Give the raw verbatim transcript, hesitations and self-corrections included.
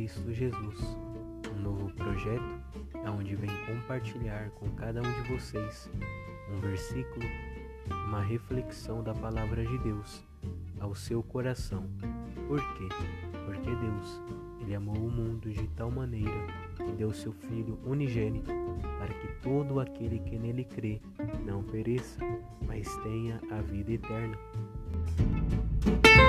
Cristo Jesus, um novo projeto onde vem compartilhar com cada um de vocês um versículo, uma reflexão da palavra de Deus ao seu coração. Por quê? Porque Deus, Ele amou o mundo de tal maneira que deu seu Filho unigênito para que todo aquele que nele crê não pereça, mas tenha a vida eterna.